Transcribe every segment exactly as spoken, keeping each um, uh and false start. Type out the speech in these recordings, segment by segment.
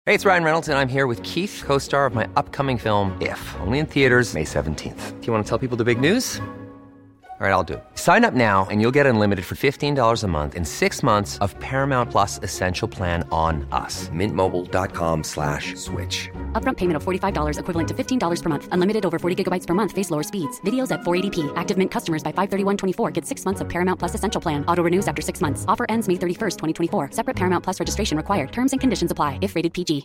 Hey, it's Ryan Reynolds, and I'm here with Keith, co-star of my upcoming film, If, only in theaters May seventeenth. Do you want to tell people the big news? All right, I'll do it. Sign up now and you'll get unlimited for fifteen dollars a month and six months of Paramount Plus Essential Plan on us. Mint Mobile dot com slash switch. Upfront payment of forty-five dollars equivalent to fifteen dollars per month. Unlimited over forty gigabytes per month. Face lower speeds. Videos at four eighty p. Active Mint customers by five thirty-one twenty-four get six months of Paramount Plus Essential Plan. Auto renews after six months. Offer ends May thirty-first, twenty twenty-four. Separate Paramount Plus registration required. Terms and conditions apply if rated P G.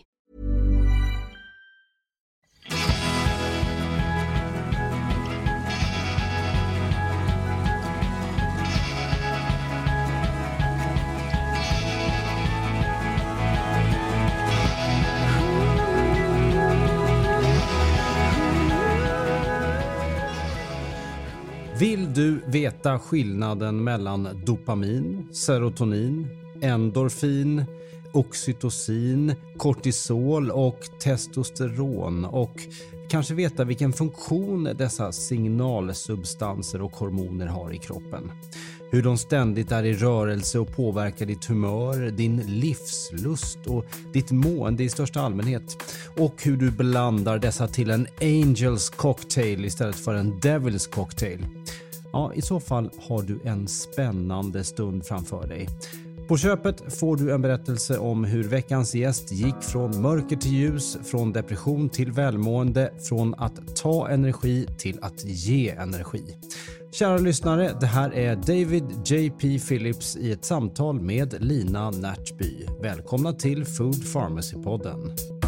Vill du veta skillnaden mellan dopamin, serotonin, endorfin, oxytocin, kortisol och testosteron och kanske veta vilken funktion dessa signalsubstanser och hormoner har i kroppen? Hur de ständigt är i rörelse och påverkar ditt humör, din livslust och ditt mående i största allmänhet. Och hur du blandar dessa till en Angels cocktail istället för en Devils cocktail. Ja, i så fall har du en spännande stund framför dig. På köpet får du en berättelse om hur veckans gäst gick från mörker till ljus, från depression till välmående, från att ta energi till att ge energi. Kära lyssnare, det här är David J P Phillips i ett samtal med Lina Närtby. Välkomna till Food Pharmacy-podden.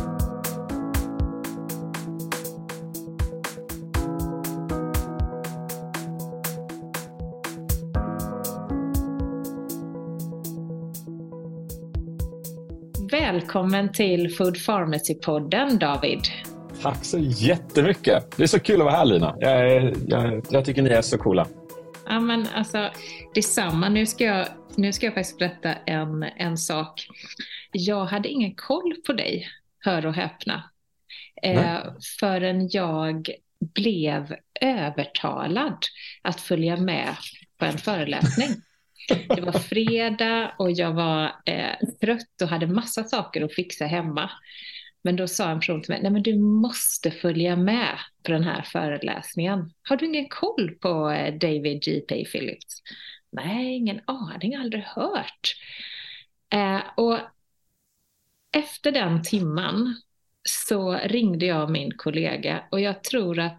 Välkommen till Food Pharmacy-podden, David. Tack så jättemycket. Det är så kul att vara här, Lina. Jag, jag, jag tycker ni är så coola. Ja, men alltså, detsamma. Nu ska jag, nu ska jag faktiskt berätta en, en sak. Jag hade ingen koll på dig, hör och häpna. Eh, förrän jag blev övertalad att följa med på en föreläsning. Det var fredag och jag var eh, trött och hade massa saker att fixa hemma. Men då sa en person till mig, nej men du måste följa med på den här föreläsningen. Har du ingen koll på eh, David J P Phillips? Nej, ingen aning, aldrig hört. Eh, och efter den timman så ringde jag min kollega och jag tror att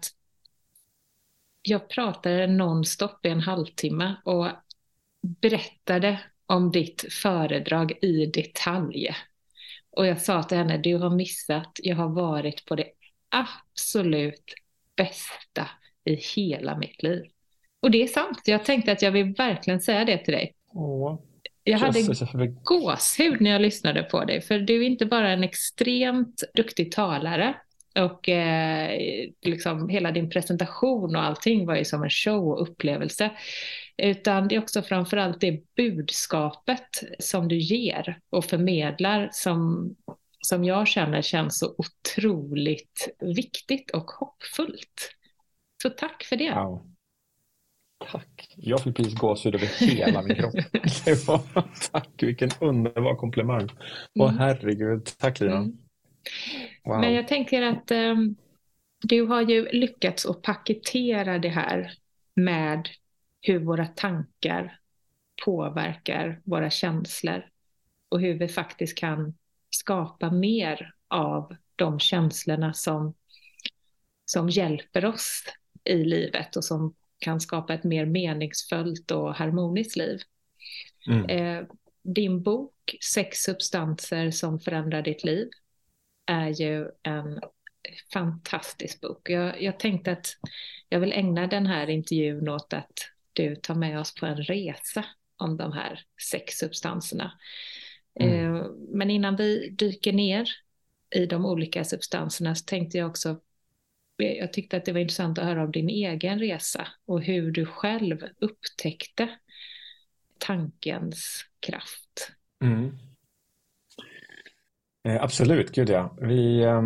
jag pratade nonstop i en halvtimme och berättade om ditt föredrag i detalj. Och jag sa till henne, du har missat, jag har varit på det absolut bästa i hela mitt liv. Och det är sant, jag tänkte att jag vill verkligen säga det till dig. Åh, jag hade jag gåshud när jag lyssnade på dig, för du är inte bara en extremt duktig talare. Och eh, liksom hela din presentation och allting var ju som en show och upplevelse. Utan det är också framförallt det budskapet som du ger och förmedlar som, som jag känner känns så otroligt viktigt och hoppfullt. Så tack för det. Wow. Tack. Jag fick precis gåshud över hela min kropp. Det var, tack, vilken underbar komplimang. Mm. Åh herregud, tack Lina. Mm. Wow. Men jag tänker att um, du har ju lyckats att paketera det här med hur våra tankar påverkar våra känslor och hur vi faktiskt kan skapa mer av de känslorna som, som hjälper oss i livet och som kan skapa ett mer meningsfullt och harmoniskt liv. Mm. Eh, din bok Sex substanser som förändrar ditt liv är ju en fantastisk bok. Jag, jag tänkte att jag vill ägna den här intervjun åt att du tar med oss på en resa om de här sex substanserna. Mm. Eh, men innan vi dyker ner i de olika substanserna så tänkte jag också, jag tyckte att det var intressant att höra om din egen resa och hur du själv upptäckte tankens kraft. Mm. Eh, absolut, gud ja. Vi, eh,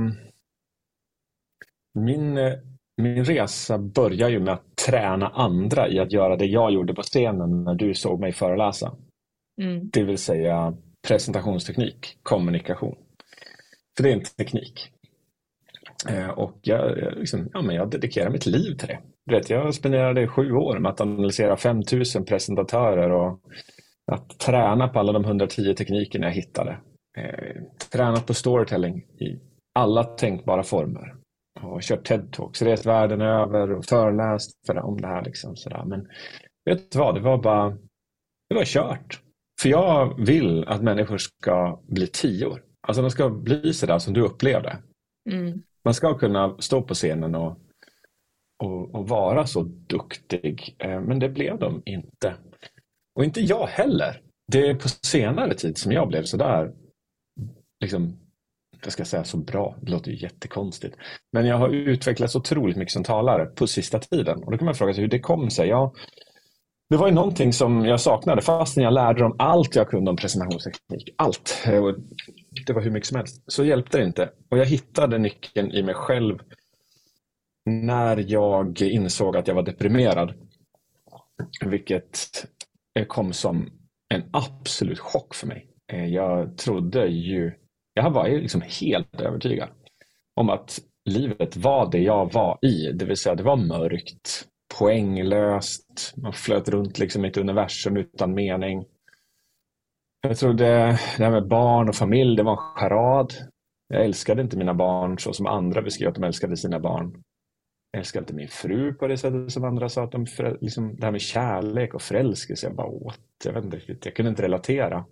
min, min resa börjar ju med att träna andra i att göra det jag gjorde på scenen när du såg mig föreläsa. Mm. Det vill säga presentationsteknik, kommunikation. För det är en teknik. Eh, och jag, jag, liksom, ja, men jag dedikerar mitt liv till det. Vet, jag spenderade sju år med att analysera fem tusen presentatörer och att träna på alla de hundratio teknikerna jag hittade. Eh, tränat på storytelling i alla tänkbara former. Och kört TED-talks, rest världen över och föreläst för, om det här. Liksom, sådär. Men vet du vad, det var bara det var kört. För jag vill att människor ska bli tio år. Alltså de ska bli sådär som du upplevde. Mm. Man ska kunna stå på scenen och, och, och vara så duktig. Eh, men det blev de inte. Och inte jag heller. Det är på senare tid som jag blev sådär liksom, jag ska säga så bra, det låter ju jättekonstigt. Men jag har utvecklats otroligt mycket som talare på sista tiden. Och då kan man fråga sig hur det kom sig. Ja, det var ju någonting som jag saknade fastän jag lärde dem allt jag kunde om presentationsteknik. Allt. Det var hur mycket som helst. Så hjälpte det inte. Och jag hittade nyckeln i mig själv när jag insåg att jag var deprimerad. Vilket kom som en absolut chock för mig. Jag trodde ju Jag var ju liksom helt övertygad om att livet var det jag var i. Det vill säga det var mörkt, poänglöst. Man flöt runt liksom i ett universum utan mening. Jag trodde det här med barn och familj, det var en charad. Jag älskade inte mina barn så som andra beskrev att de älskade sina barn. Jag älskade inte min fru på det sättet som andra sa. Att de, liksom, det här med kärlek och förälskelse. Jag bara, åt, jag vet inte riktigt. Jag kunde inte relatera.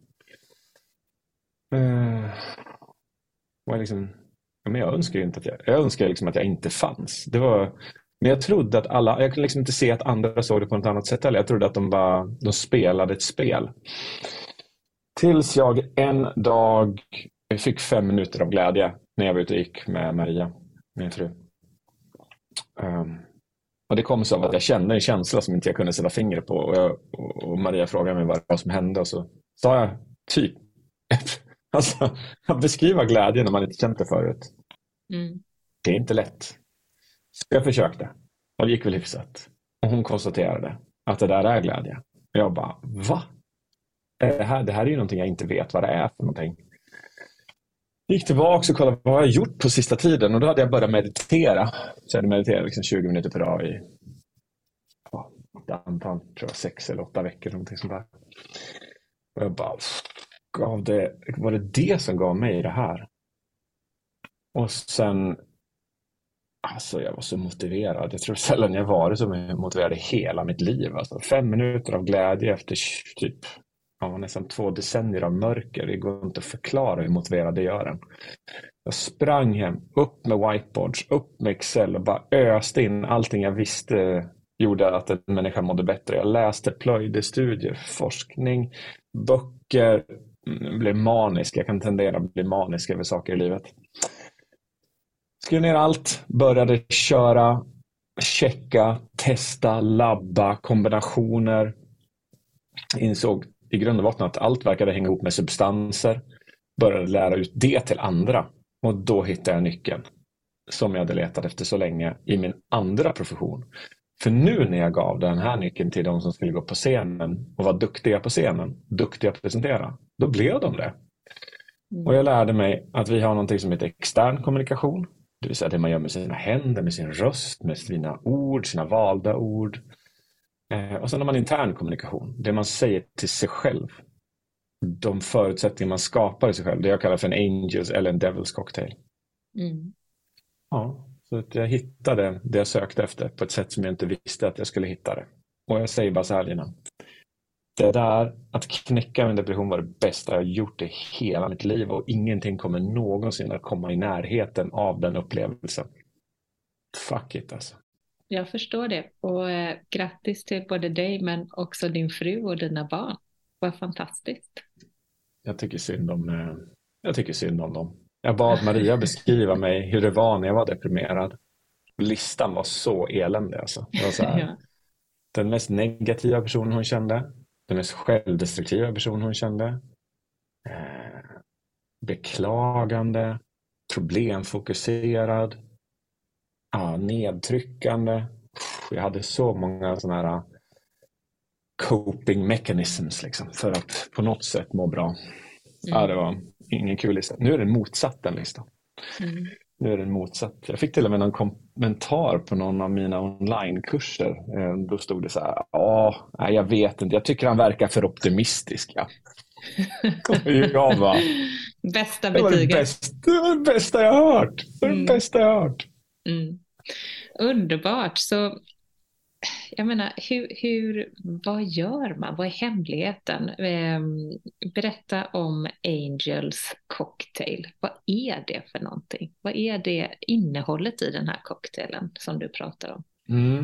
Uh, och jag, liksom, men jag önskar ju inte att jag, jag önskar liksom att jag inte fanns. Det var, men jag trodde att alla, jag kunde liksom inte se att andra såg det på något annat sätt heller. Jag trodde att de bara, de spelade ett spel. Tills jag en dag fick fem minuter av glädje när jag var ute och gick med Maria, min fru. Um, och det kom så av att jag kände en känsla som inte jag kunde sätta fingret på. Och, jag, och Maria frågade mig vad, vad som hände och så sa jag typ alltså, att beskriva glädje när man inte känt det förut. Mm. Det är inte lätt. Så jag försökte. Och det gick väl hyfsat. Och hon konstaterade att det där är glädje. Och jag bara, va? Det här, det här är ju någonting jag inte vet vad det är för någonting. Jag gick tillbaka och kollade vad jag har gjort på sista tiden. Och då hade jag börjat meditera. Så jag hade mediterat liksom tjugo minuter per dag i ja, antal, tror jag, sex eller åtta veckor. Någonting sånt där. Och jag bara, gav det, var det det som gav mig det här? Och sen, alltså jag var så motiverad. Jag tror sällan jag varit så motiverad i hela mitt liv. Alltså fem minuter av glädje efter typ ja, nästan två decennier av mörker. Det går inte att förklara hur motiverad det gör en. Jag sprang hem, upp med whiteboards, upp med Excel och bara öste in allting jag visste gjorde att en människa mådde bättre. Jag läste, plöjde studier, forskning, böcker, blev manisk. Jag kan tendera att bli manisk över saker i livet. Skrev ner allt, började köra, checka, testa, labba, kombinationer. Insåg i grund och botten att allt verkade hänga ihop med substanser. Började lära ut det till andra. Och då hittade jag nyckeln som jag hade letat efter så länge i min andra profession. För nu när jag gav den här nyckeln till de som skulle gå på scenen och vara duktiga på scenen, duktiga att presentera, då blev de det. Mm. Och jag lärde mig att vi har någonting som heter extern kommunikation. Det vill säga det man gör med sina händer, med sin röst, med sina ord, sina valda ord. Eh, och sen har man intern kommunikation, det man säger till sig själv. De förutsättningar man skapar i sig själv, det jag kallar för en angels eller en devil's cocktail. Mm. Ja, så att jag hittade det jag sökte efter på ett sätt som jag inte visste att jag skulle hitta det. Och jag säger bara så här, Lina. Det där, att knäcka min depression var det bästa jag gjort i hela mitt liv. Och ingenting kommer någonsin att komma i närheten av den upplevelsen. Fuck it alltså. Jag förstår det. Och eh, grattis till både dig men också din fru och dina barn. Vad fantastiskt. Jag tycker synd om, eh, jag tycker synd om dem. Jag bad Maria beskriva mig hur det var när jag var deprimerad. Listan var så eländig alltså. Det var så här, ja. Den mest negativa personen hon kände. Den mest självdestruktiva personen hon kände. Eh, beklagande. Problemfokuserad. Ja, nedtryckande. Jag hade så många sådana här coping mechanisms liksom, för att på något sätt må bra. Mm. Ja, det var, ingen kul lista. Nu är det motsatt den listan. Mm. Nu är den motsatt. Jag fick till och med någon kommentar på någon av mina onlinekurser. Då stod det så här, ja, jag vet inte, jag tycker han verkar för optimistisk. Ja. Jag bara, bästa det var det bästa, det var det bästa jag har hört. Det var det mm. bästa jag har hört. Mm. Underbart. Så jag menar, hur, hur, vad gör man? Vad är hemligheten? Eh, berätta om Angels cocktail. Vad är det för någonting? Vad är det innehållet i den här cocktailen som du pratar om? Mm.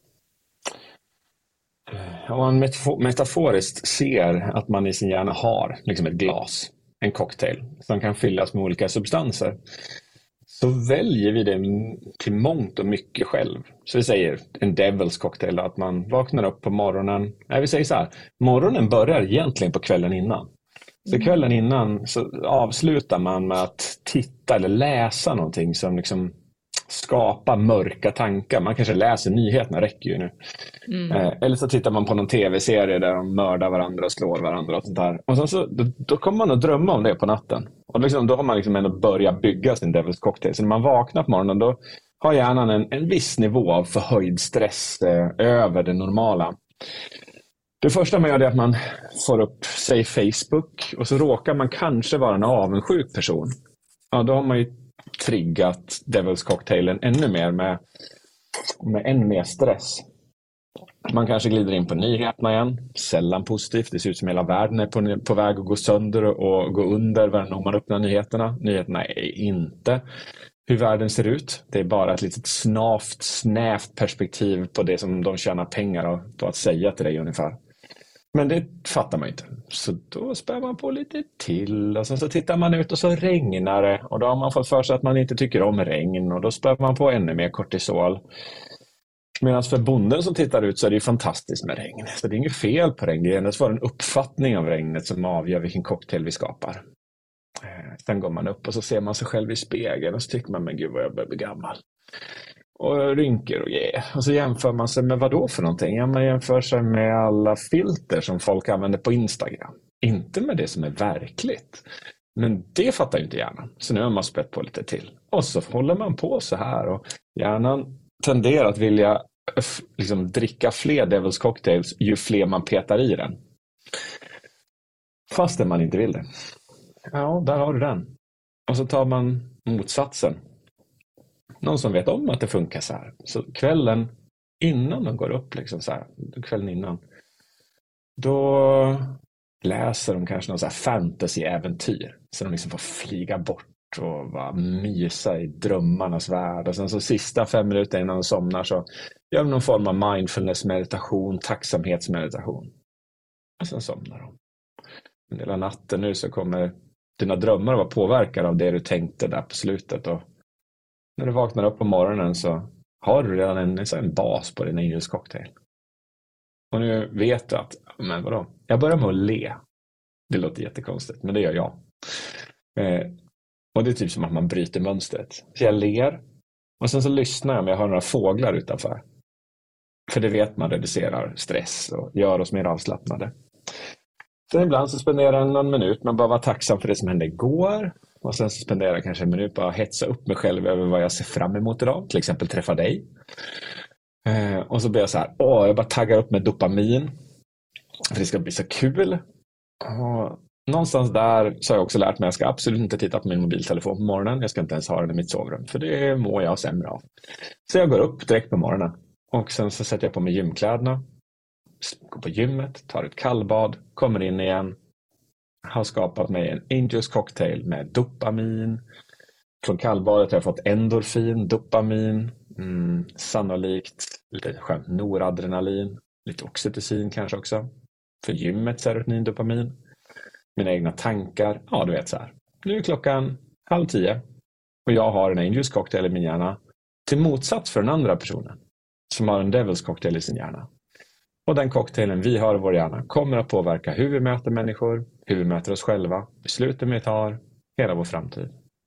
Om man metafor- metaforiskt ser att man i sin hjärna har liksom ett glas, en cocktail som kan fyllas med olika substanser, så väljer vi det till mångt och mycket själv. Så vi säger en Devils cocktail, att man vaknar upp på morgonen. Nej, vi säger så här, morgonen börjar egentligen på kvällen innan. Så kvällen innan så avslutar man med att titta eller läsa någonting som liksom skapar mörka tankar. Man kanske läser nyheterna, räcker ju nu. Mm. Eh, eller så tittar man på någon tv-serie där de mördar varandra och slår varandra och sånt där. Och sen så, då, då kommer man att drömma om det på natten. Och liksom, då har man liksom ändå börjat bygga sin Devil's Cocktail. Så när man vaknar på morgonen, då har hjärnan en, en viss nivå av förhöjd stress eh, över det normala. Det första man gör är att man får upp, säg Facebook, och så råkar man kanske vara en avundsjuk person. Ja, då har man ju triggat Devil's Cocktailen ännu mer med, med ännu mer stress. Man kanske glider in på nyheterna igen. Sällan positivt. Det ser ut som hela världen är på, på väg att gå sönder och gå under varje gång man öppnar nyheterna. Nyheterna är inte hur världen ser ut. Det är bara ett litet snavt, snävt perspektiv på det som de tjänar pengar på att säga till dig ungefär. Men det fattar man inte. Så då spär man på lite till. Och sen så tittar man ut och så regnar det. Och då har man fått för sig att man inte tycker om regn. Och då spär man på ännu mer kortisol. Medan för bonden som tittar ut så är det ju fantastiskt med regn. Så det är inget fel på regn. Det är endast bara en uppfattning av regnet som avgör vilken cocktail vi skapar. Sen går man upp och så ser man sig själv i spegeln. Och så tycker man, men gud vad jag börjar bli gammal. Och rynkor och yeah. Och så jämför man sig med vad då för någonting? Ja, man jämför sig med alla filter som folk använder på Instagram. Inte med det som är verkligt. Men det fattar ju inte hjärnan. Så nu har man spett på lite till. Och så håller man på så här. Och hjärnan tenderar att vilja liksom dricka fler Devil's Cocktails ju fler man petar i den. Fastän man inte vill det. Ja, där har du den. Och så tar man motsatsen. Någon som vet om att det funkar så här. Så kvällen innan de går upp, liksom så här, kvällen innan, då läser de kanske någon så här fantasy-äventyr. Så de liksom får flyga bort och bara mysa i drömmarnas värld. Och sen så sista fem minuter innan de somnar så gör de någon form av mindfulness-meditation, tacksamhetsmeditation. Och sen somnar de. Men hela natten nu så kommer dina drömmar att vara påverkade av det du tänkte där på slutet. Och när du vaknar upp på morgonen så har du redan en, en bas på din Angels cocktail. Och nu vet du att, men vadå? Jag börjar med att le. Det låter jättekonstigt, men det gör jag. Eh, och det är typ som att man bryter mönstret. Så jag ler. Och sen så lyssnar jag om jag hör några fåglar utanför. För det vet man reducerar stress och gör oss mer avslappnade. Sen ibland så spenderar jag någon minut med att bara vara tacksam för det som hände igår. Och sen så spenderar jag kanske en minut på att hetsa upp mig själv över vad jag ser fram emot idag. Till exempel träffa dig. Eh, och så blir jag så här, åh, jag bara taggar upp med dopamin. För det ska bli så kul. Och någonstans där så har jag också lärt mig att jag ska absolut inte titta på min mobiltelefon på morgonen. Jag ska inte ens ha den i mitt sovrum. För det mår jag sämre av. Så jag går upp direkt på morgonen. Och sen så sätter jag på mig gymkläderna. Går på gymmet, tar ett kallbad, kommer in igen. Har skapat mig en Angels cocktail med dopamin. Från kallbadet har jag fått endorfin, dopamin, mm, sannolikt lite skönt noradrenalin, lite oxytocin kanske också. För gymmet serotonin, dopamin. Mina egna tankar, ja du vet så här. Nu är klockan halv tio och jag har en Angels cocktail i min hjärna. Till motsats för den andra personen som har en Devil's cocktail i sin hjärna. Och den cocktailen vi har i vår hjärna kommer att påverka hur vi möter människor, hur vi möter oss själva, besluten vi tar, hela vår framtid.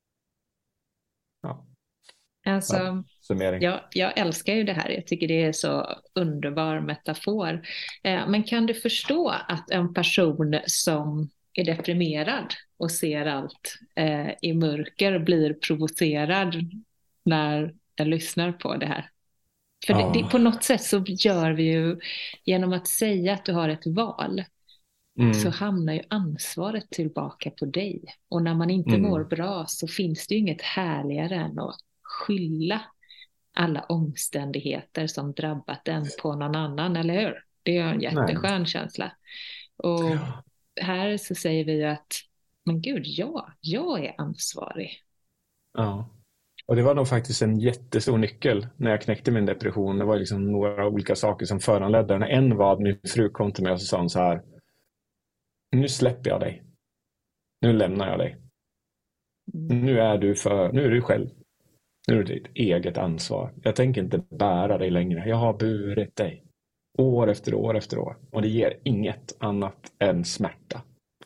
Ja. Alltså, ja, summering. Jag, jag älskar ju det här. Jag tycker det är så underbar metafor. Eh, men kan du förstå att en person som är deprimerad och ser allt eh, i mörker blir provocerad när jag lyssnar på det här. För Ja. det, det, på något sätt så gör vi ju, genom att säga att du har ett val, Mm. så hamnar ju ansvaret tillbaka på dig. Och när man inte Mm. mår bra så finns det ju inget härligare än att skylla alla omständigheter som drabbat en på någon annan, eller hur? Det är en jätteskön Nej. känsla. Och ja. här så säger vi ju att, men gud, ja, jag är ansvarig. Ja. Och det var nog faktiskt en jättestor nyckel när jag knäckte min depression. Det var liksom några olika saker som föranledde den. En var att min fru kom till mig och sa så här: nu släpper jag dig. Nu lämnar jag dig. Mm. Nu är du för, nu är du själv. Nu är det ditt eget ansvar. Jag tänker inte bära dig längre. Jag har burit dig. År efter år efter år. Och det ger inget annat än smärta.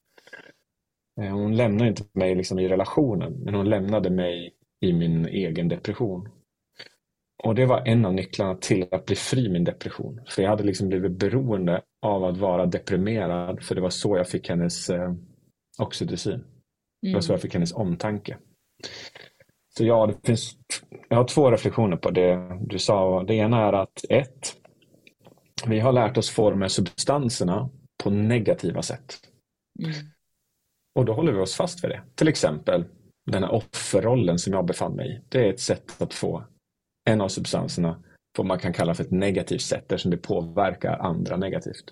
Hon lämnade inte mig liksom i relationen. Men hon lämnade mig i min egen depression. Och det var en av nycklarna till att bli fri min depression. För jag hade liksom blivit beroende av att vara deprimerad. För det var så jag fick hennes eh, oxytocin. Mm. Det var så jag fick hennes omtanke. Så ja, det finns, jag har två reflektioner på det du sa. Det ena är att ett, vi har lärt oss forma substanserna på negativa sätt. Mm. Och då håller vi oss fast vid det. Till exempel den här offerrollen som jag befann mig i. Det är ett sätt att få en av substanserna på vad man kan kalla för ett negativt sätt, eftersom det påverkar andra negativt.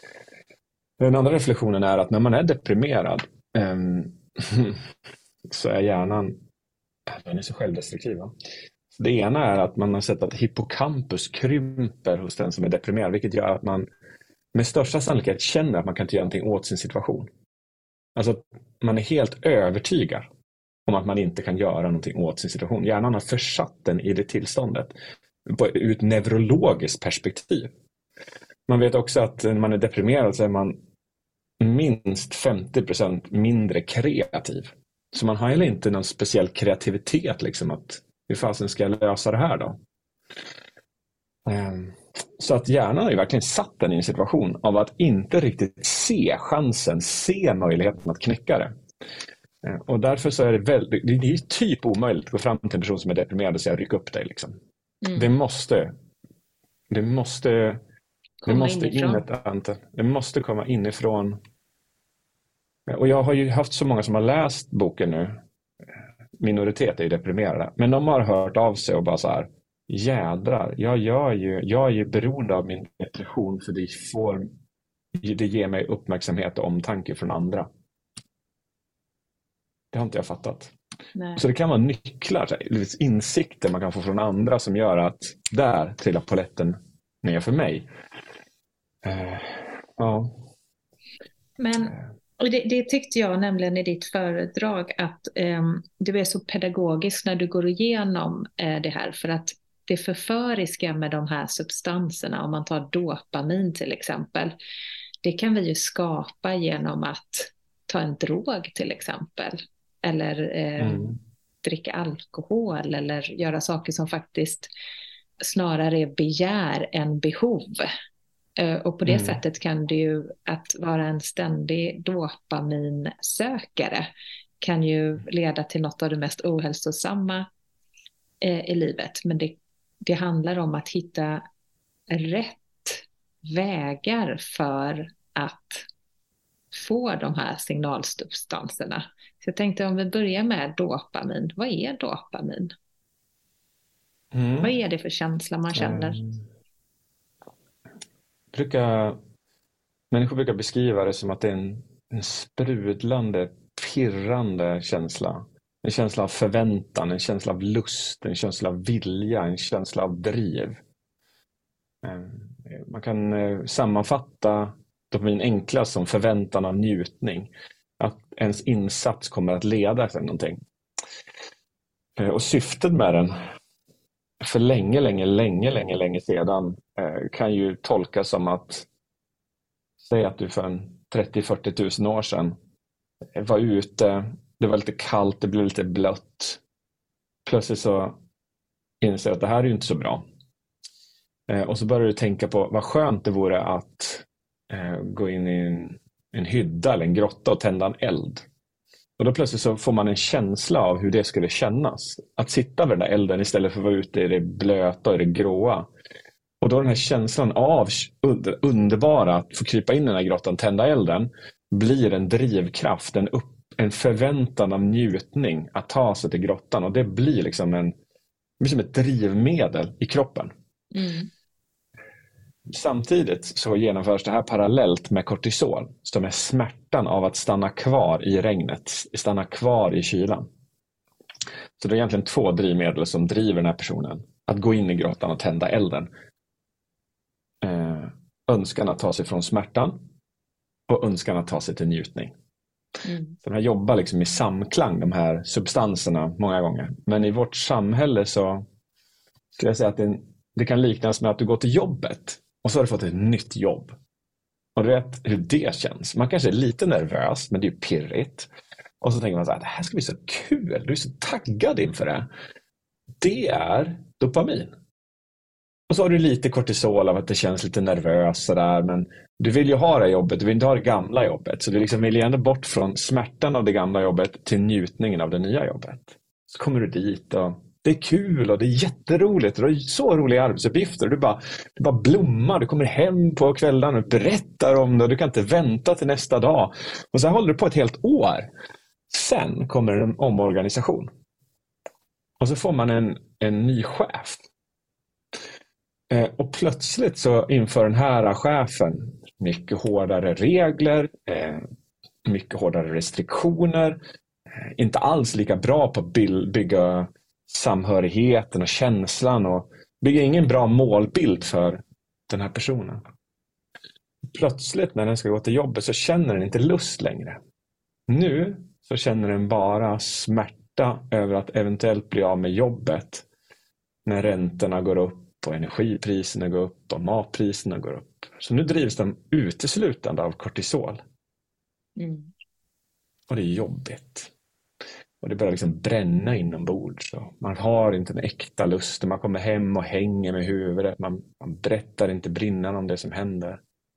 Den andra reflektionen är att när man är deprimerad um, så är hjärnan den är så självdestruktiv. Det ena är att man har sett att hippocampus krymper hos den som är deprimerad, vilket gör att man med största sannolikhet känner att man kan inte göra någonting åt sin situation. Alltså man är helt övertygad om att man inte kan göra någonting åt sin situation. Hjärnan har försatt den i det tillståndet ur ett neurologiskt perspektiv. Man vet också att när man är deprimerad så är man minst femtio procent mindre kreativ. Så man har heller inte någon speciell kreativitet liksom att hur fasen ska jag lösa det här då? Så att hjärnan har ju verkligen satt den i en situation av att inte riktigt se chansen, se möjligheten att knäcka det. Och därför så är det väldigt, det är typ omöjligt att gå fram till en person som är deprimerad och säga ryck upp dig liksom. Mm. Det måste det måste det måste in ett antal, det måste komma inifrån. Och jag har ju haft så många som har läst boken nu. Minoritet är ju deprimerade. Men de har hört av sig och bara så här: jädrar, jag, gör ju, jag är ju beroende av min depression för det, får, det ger mig uppmärksamhet och omtanke från andra. Det har inte jag fattat. Nej. Så det kan vara nycklar, insikter man kan få från andra som gör att där trillar poletten ner för mig. Uh, ja. Men och det, det tyckte jag nämligen i ditt föredrag att um, du är så pedagogisk när du går igenom uh, det här, för att det förföriska med de här substanserna, om man tar dopamin till exempel, det kan vi ju skapa genom att ta en drog till exempel, eller eh, mm. dricka alkohol eller göra saker som faktiskt snarare är begär än behov. Uh, och på det mm. sättet kan det ju, att vara en ständig dopaminsökare kan ju leda till något av det mest ohälsosamma uh, i livet. Men det, det handlar om att hitta rätt vägar för att få de här signalsubstanserna. Så jag tänkte om vi börjar med dopamin. Vad är dopamin? Mm. Vad är det för känsla man känner? Mm. Brukar, människor brukar beskriva det som att det är en, en sprudlande, pirrande känsla. En känsla av förväntan, en känsla av lust, en känsla av vilja, en känsla av driv. Man kan sammanfatta dopamin enklast som förväntan av njutning. Att ens insats kommer att leda till någonting. Och syftet med den för länge, länge, länge, länge, länge sedan eh, kan ju tolkas som att säga att du för en trettio till fyrtio tusen år sedan var ute, det var lite kallt, det blev lite blött. Plötsligt så inser att det här är ju inte så bra. Eh, och så börjar du tänka på vad skönt det vore att eh, gå in i en en hydda eller en grotta och tända en eld. Och då plötsligt så får man en känsla av hur det skulle kännas. Att sitta vid den där elden istället för att vara ute i det blöta och det gråa. Och då den här känslan av underbara att få krypa in i den här grottan, tända elden, blir en drivkraft, en, upp, en förväntan av njutning att ta sig till grottan. Och det blir liksom en, liksom ett drivmedel i kroppen. Mm. Samtidigt så genomförs det här parallellt med kortisol, som är smärtan av att stanna kvar i regnet, stanna kvar i kylan. Så det är egentligen två drivmedel som driver den här personen att gå in i grottan och tända elden. Eh, önskan att ta sig från smärtan och önskan att ta sig till njutning. Mm. Så de här jobbar liksom i samklang, de här substanserna, många gånger. Men i vårt samhälle så skulle jag säga att det, det kan liknas med att du går till jobbet och så har du fått ett nytt jobb. Och du vet hur det känns. Man kanske är lite nervös, men det är ju pirrigt. Och så tänker man så här, det här ska bli så kul. Du är så taggad inför det. Det är dopamin. Och så har du lite kortisol av att det känns lite nervös sådär, men du vill ju ha det jobbet, du vill inte ha det gamla jobbet. Så du liksom vill ändå bort från smärtan av det gamla jobbet till njutningen av det nya jobbet. Så kommer du dit och det är kul och det är jätteroligt och det är så roliga arbetsuppgifter. Du bara, du bara blommar, du kommer hem på kvällen och berättar om det och du kan inte vänta till nästa dag. Och så håller du på ett helt år. Sen kommer en omorganisation. Och så får man en, en ny chef. Eh, och plötsligt så inför den här chefen mycket hårdare regler, eh, mycket hårdare restriktioner. Eh, inte alls lika bra på att bygga samhörigheten och känslan och bygga ingen bra målbild för den här personen. Plötsligt när den ska gå till jobbet så känner den inte lust längre. Nu så känner den bara smärta över att eventuellt bli av med jobbet när räntorna går upp och energipriserna går upp och matpriserna går upp. Så nu drivs de uteslutande av kortisol. Mm. Och det är jobbigt. Och det börjar liksom bränna inombords. Så man har inte en äkta lust. Man kommer hem och hänger med huvudet. Man, man berättar inte brinnande om det som händer.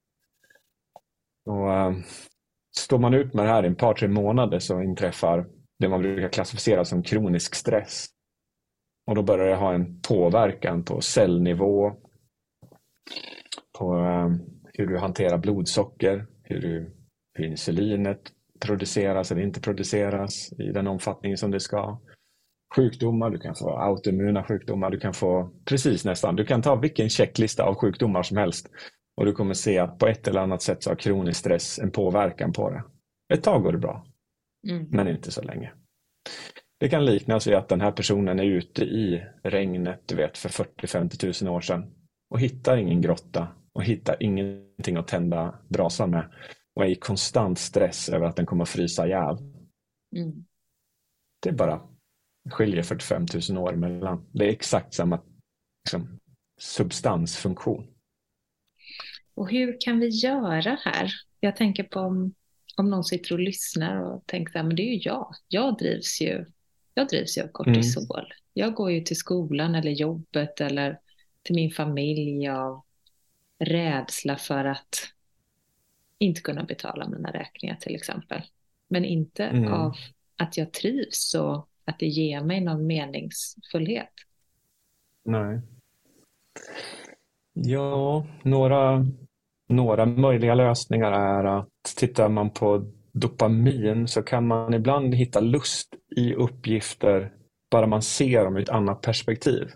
Och äh, står man ut med det här i en par, tre månader så inträffar det man brukar klassificera som kronisk stress. Och då börjar det ha en påverkan på cellnivå. På äh, hur du hanterar blodsocker. Hur, du, hur insulinet produceras eller inte produceras i den omfattning som det ska. Sjukdomar, du kan få autoimmuna sjukdomar, du kan få precis nästan, du kan ta vilken checklista av sjukdomar som helst och du kommer se att på ett eller annat sätt så har kronisk stress en påverkan på det. Ett tag går det bra, mm. men inte så länge. Det kan liknas vid att den här personen är ute i regnet, du vet, för fyrtio till femtio tusen år sedan och hittar ingen grotta och hittar ingenting att tända brasan med. Och är i konstant stress över att den kommer att frysa ihjäl. Mm. Det är bara skiljer fyrtiofem tusen år mellan. Det är exakt samma liksom, substansfunktion. Och hur kan vi göra här? Jag tänker på om, om någon sitter och lyssnar och tänker att det är ju jag. Jag drivs ju, jag drivs ju av kortisol. Mm. Jag går ju till skolan eller jobbet eller till min familj av rädsla för att inte kunna betala mina räkningar till exempel. Men inte mm. av att jag trivs och att det ger mig någon meningsfullhet. Nej. Ja, några, några möjliga lösningar är att tittar man på dopamin så kan man ibland hitta lust i uppgifter bara man ser dem ur ett annat perspektiv.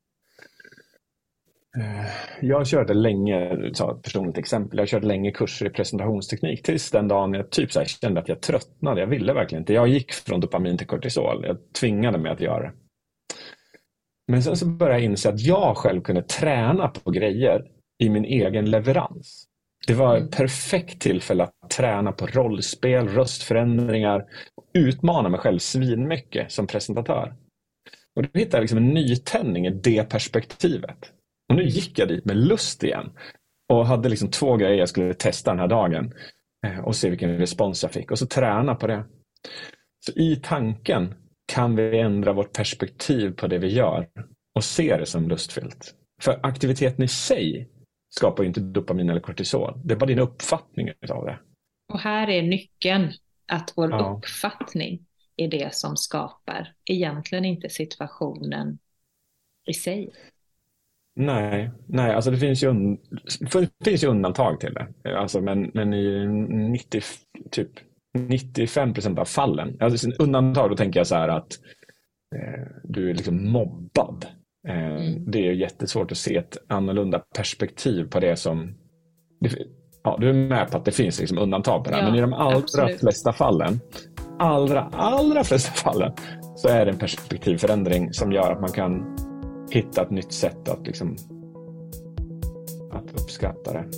Jag körde länge, ta ett personligt exempel, jag körde länge kurser i presentationsteknik tills den dagen jag typ så här kände att jag tröttnade. Jag ville verkligen inte. Jag gick från dopamin till kortisol. Jag tvingade mig att göra det. Men sen så började jag inse att jag själv kunde träna på grejer i min egen leverans. Det var ett perfekt tillfälle att träna på rollspel, röstförändringar och utmana mig själv svinmycket som presentatör. Och då hittade jag liksom en nytändning i det perspektivet. Och nu gick jag dit med lust igen. Och hade liksom två grejer jag skulle testa den här dagen. Och se vilken respons jag fick. Och så träna på det. Så i tanken kan vi ändra vårt perspektiv på det vi gör. Och se det som lustfyllt. För aktiviteten i sig skapar ju inte dopamin eller kortisol. Det är bara din uppfattning av det. Och här är nyckeln, att vår Ja. uppfattning är det som skapar, egentligen inte situationen i sig. Nej, nej, alltså det finns ju, un, det finns ju undantag till det. Alltså, men, men i nittio, typ nittiofem procent av fallen, alltså undantag, då tänker jag så här att eh, du är liksom mobbad. Eh, Mm. Det är jättesvårt att se ett annorlunda perspektiv på det som... Det, ja, du är med på att det finns liksom undantag på det, Ja, men i de allra absolut. flesta fallen, allra, allra flesta fallen, så är det en perspektivförändring som gör att man kan hitta ett nytt sätt att liksom att uppskatta det.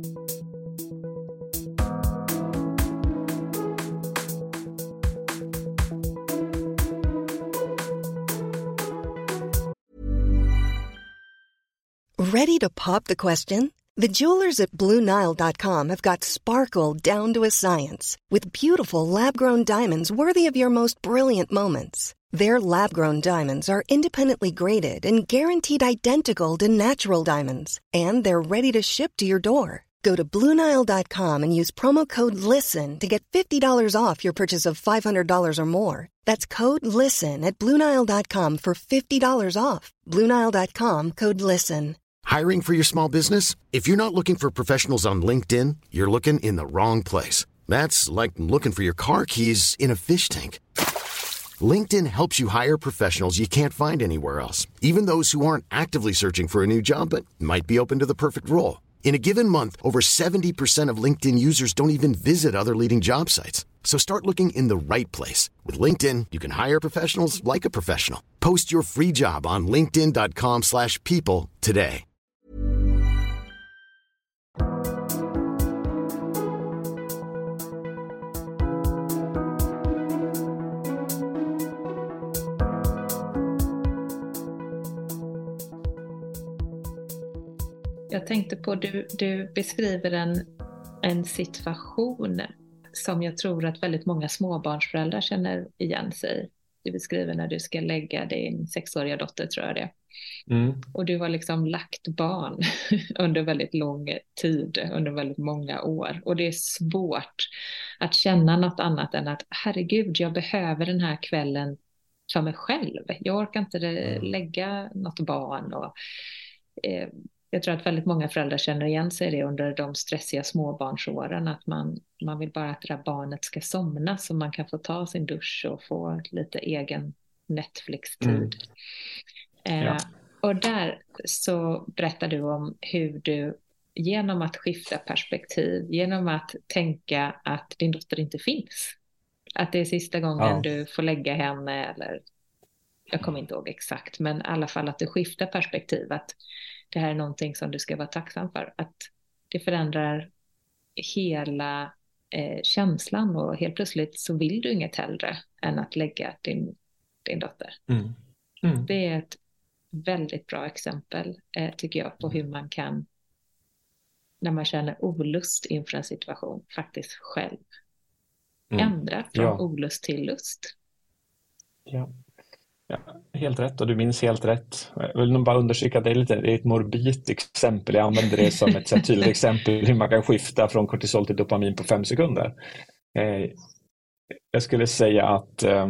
Ready to pop the question? The jewelers at Blue Nile dot com have got sparkle down to a science with beautiful lab-grown diamonds worthy of your most brilliant moments. Their lab-grown diamonds are independently graded and guaranteed identical to natural diamonds, and they're ready to ship to your door. Go to Blue Nile dot com and use promo code LISTEN to get fifty dollars off your purchase of five hundred dollars or more. That's code LISTEN at Blue Nile dot com for fifty dollars off. Blue Nile dot com, code LISTEN. Hiring for your small business? If you're not looking for professionals on LinkedIn, you're looking in the wrong place. That's like looking for your car keys in a fish tank. LinkedIn helps you hire professionals you can't find anywhere else, even those who aren't actively searching for a new job but might be open to the perfect role. In a given month, over seventy percent of LinkedIn users don't even visit other leading job sites. So start looking in the right place. With LinkedIn, you can hire professionals like a professional. Post your free job on linkedin dot com slash people today. Jag tänkte på, du, du beskriver en, en situation som jag tror att väldigt många småbarnsföräldrar känner igen sig. Du beskriver när du ska lägga din sexåriga dotter, tror jag det. Mm. Och du har liksom lagt barn under väldigt lång tid, under väldigt många år. Och det är svårt att känna något annat än att herregud, jag behöver den här kvällen för mig själv. Jag orkar inte lägga något barn. Och, eh, jag tror att väldigt många föräldrar känner igen sig det under de stressiga småbarnsåren. Att man, man vill bara att det där barnet ska somna så man kan få ta sin dusch och få lite egen Netflix-tid. Mm. Ja. Eh, och där så berättar du om hur du genom att skifta perspektiv, genom att tänka att din dotter inte finns. Att det är sista gången ja. du får lägga henne, eller jag kommer inte ihåg exakt, men i alla fall att du skiftar perspektiv. Att det här är någonting som du ska vara tacksam för. Att det förändrar hela eh, känslan, och helt plötsligt så vill du inget hellre än att lägga din, din dotter. Mm. Mm. Det är ett väldigt bra exempel, eh, tycker jag, på hur man kan, när man känner olust inför en situation, faktiskt själv mm. ändra från ja. olust till lust. Ja. Ja, helt rätt, och du minns helt rätt. Jag vill nog bara understryka att det är, lite, det är ett morbid exempel. Jag använder det som ett så tydligt exempel hur man kan skifta från kortisol till dopamin på fem sekunder. Eh, jag skulle säga att eh,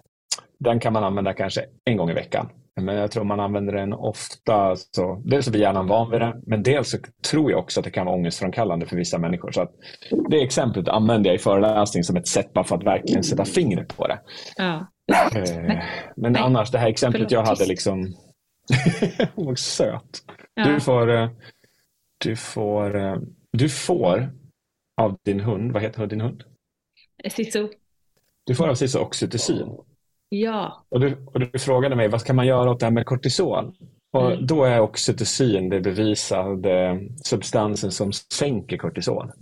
den kan man använda kanske en gång i veckan. Men jag tror man använder den ofta. Så, dels så blir hjärnan van vid det, men dels så tror jag också att det kan vara ångestframkallande för vissa människor. Så att det exemplet använder jag i föreläsning som ett sätt bara för att verkligen sätta fingret på det. Ja. Eh, men men nej, annars, det här exemplet förlåt, jag hade liksom... Hon var söt. Ja. Du får... Du får... Du får av din hund... Vad heter din hund? Sisu. Du får av Sisu oxytocin. Ja. Och du, och du frågade mig, vad ska man göra åt det här med kortisol? Och mm. då är oxytocin det bevisade substansen som sänker kortisol.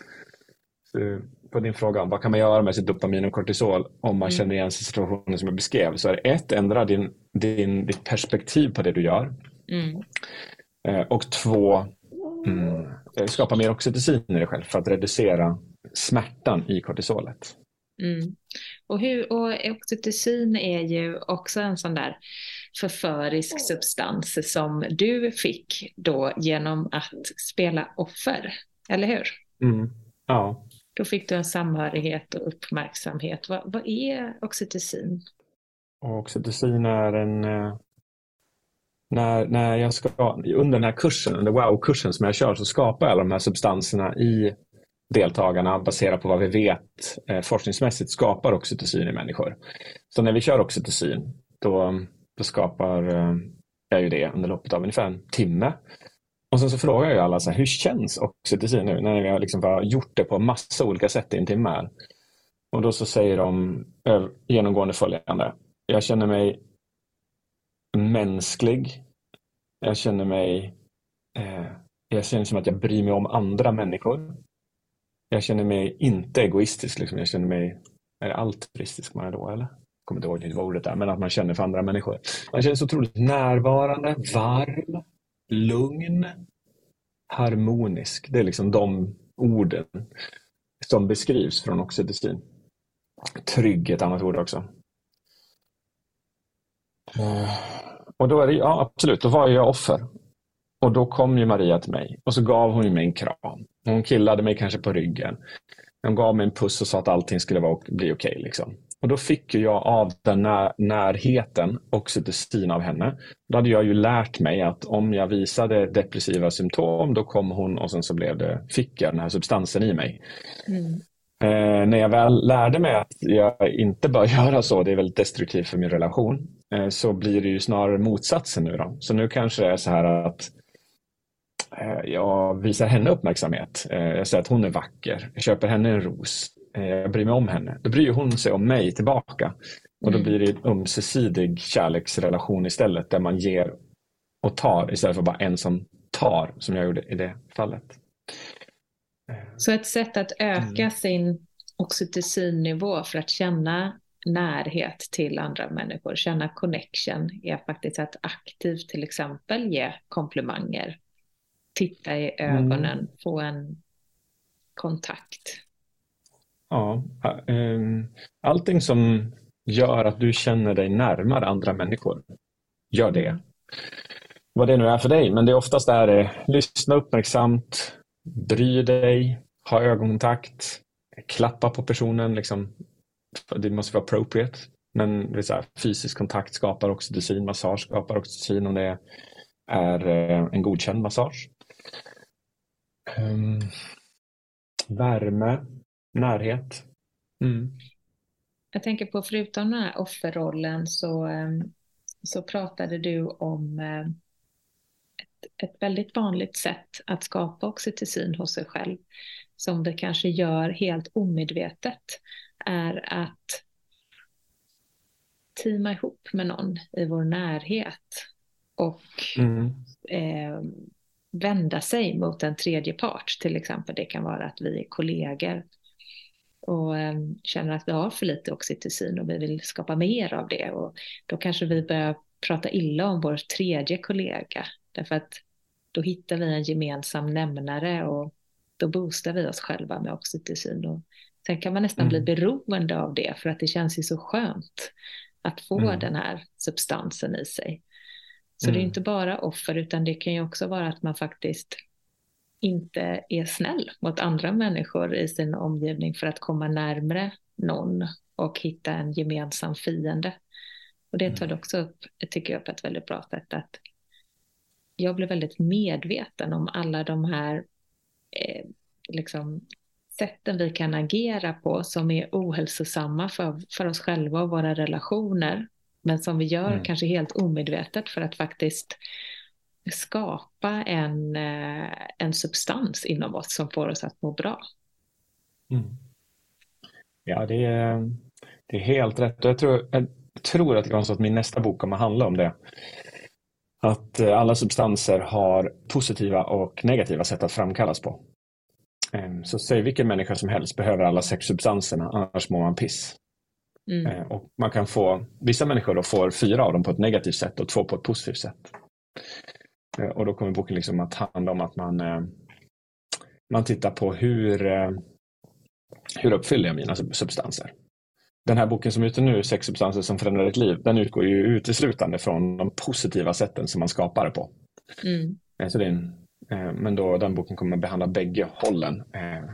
Så på din fråga om vad kan man göra med sitt dopamin och kortisol om man mm. känner igen situationen som jag beskrev, så är det ett, ändra din, din, ditt perspektiv på det du gör. Mm. Eh, och två, mm, skapa mer oxytocin i dig själv för att reducera smärtan i kortisolet. Mm. Och, hur, och oxytocin är ju också en sån där förförisk substans som du fick då genom att spela offer, eller hur? Mm. Ja. då fick du en samhörighet och uppmärksamhet. Vad, vad är oxytocin? Och oxytocin är en... Eh, när, när jag ska, under den här kursen, under wow-kursen som jag kör, så skapar jag alla de här substanserna i deltagarna baserat på vad vi vet eh, forskningsmässigt skapar oxytocin i människor. Så när vi kör oxytocin, då, då skapar eh, jag ju det under loppet av ungefär en timme. Och sen så frågar jag alla så här, hur känns oxytocin nu när vi har liksom bara gjort det på massa olika sätt i en timme här? Och då så säger de eh, genomgående följande: jag känner mig mänsklig, jag känner mig eh, jag känner som att jag bryr mig om andra människor. Jag känner mig inte egoistisk, liksom. Jag känner mig, är det altruistisk man är då, eller? Jag kommer inte ihåg vad ordet är, men att man känner för andra människor. Man känner sig otroligt närvarande, varm, lugn, harmonisk. Det är liksom de orden som beskrivs från oxytocin. Trygg är ett annat ord också. Och då är det, ja absolut, då var jag offer. Och då kom ju Maria till mig och så gav hon mig en kram. Hon killade mig kanske på ryggen. Hon gav mig en puss och sa att allting skulle vara, bli okej. Okay, liksom. Och då fick jag av den när, närheten oxytocin av henne. Då hade jag ju lärt mig att om jag visade depressiva symptom, då kom hon och sen så blev det, fick jag den här substansen i mig. Mm. Eh, när jag väl lärde mig att jag inte bör göra så, det är väldigt destruktivt för min relation, eh, så blir det ju snarare motsatsen nu då. Så nu kanske det är så här att jag visar henne uppmärksamhet. Jag säger att hon är vacker. Jag köper henne en ros. Jag bryr mig om henne. Då bryr hon sig om mig tillbaka. Och då blir det en ömsesidig kärleksrelation istället. Där man ger och tar istället för bara en som tar, som jag gjorde i det fallet. Så ett sätt att öka mm. sin oxytocinnivå för att känna närhet till andra människor, känna connection, är faktiskt att aktivt till exempel ge komplimanger. Titta i ögonen, mm. få en kontakt. Ja, allting som gör att du känner dig närmare andra människor, gör det. Vad det nu är för dig, men det är oftast är det lyssna uppmärksamt, bry dig, ha ögonkontakt, klappa på personen, liksom. Det måste vara appropriate, men det är så här, fysisk kontakt skapar oxytocin, massage skapar oxytocin om det är en godkänd massage. Um, värme, närhet. Mm. Jag tänker på, förutom den här offerrollen så, så pratade du om ett, ett väldigt vanligt sätt att skapa oxytocin hos sig själv, som det kanske gör helt omedvetet, är att teama ihop med någon i vår närhet och mm. eh, vända sig mot en tredje part. Till exempel det kan vara att vi är kollegor och eh, känner att vi har för lite oxytocin och vi vill skapa mer av det, och då kanske vi börjar prata illa om vår tredje kollega, därför att då hittar vi en gemensam nämnare och då boostar vi oss själva med oxytocin, och sen kan man nästan mm. bli beroende av det, för att det känns ju så skönt att få mm. den här substansen i sig. Så mm. det är inte bara offer, utan det kan ju också vara att man faktiskt inte är snäll mot andra människor i sin omgivning för att komma närmare någon och hitta en gemensam fiende. Och det tar också upp, tycker jag, på ett väldigt bra sätt, att jag blir väldigt medveten om alla de här eh, liksom sätten vi kan agera på som är ohälsosamma för, för oss själva och våra relationer, men som vi gör mm. kanske helt omedvetet för att faktiskt skapa en, en substans inom oss som får oss att må bra. Mm. Ja, det är, det är helt rätt. Jag tror, jag tror att det var så att min nästa bok kommer handla om det. Att alla substanser har positiva och negativa sätt att framkallas på. Så säg vilken människa som helst behöver alla sex substanserna, annars mår man piss. Mm. Och man kan få, vissa människor då får fyra av dem på ett negativt sätt och två på ett positivt sätt. Och då kommer boken liksom att handla om att man, man tittar på hur, hur uppfyller jag mina substanser. Den här boken som är ute nu, Sex substanser som förändrar ditt liv, den utgår ju uteslutande från de positiva sätten som man skapar det på. Mm. Så det är en Men då den boken kommer behandla bägge hållen.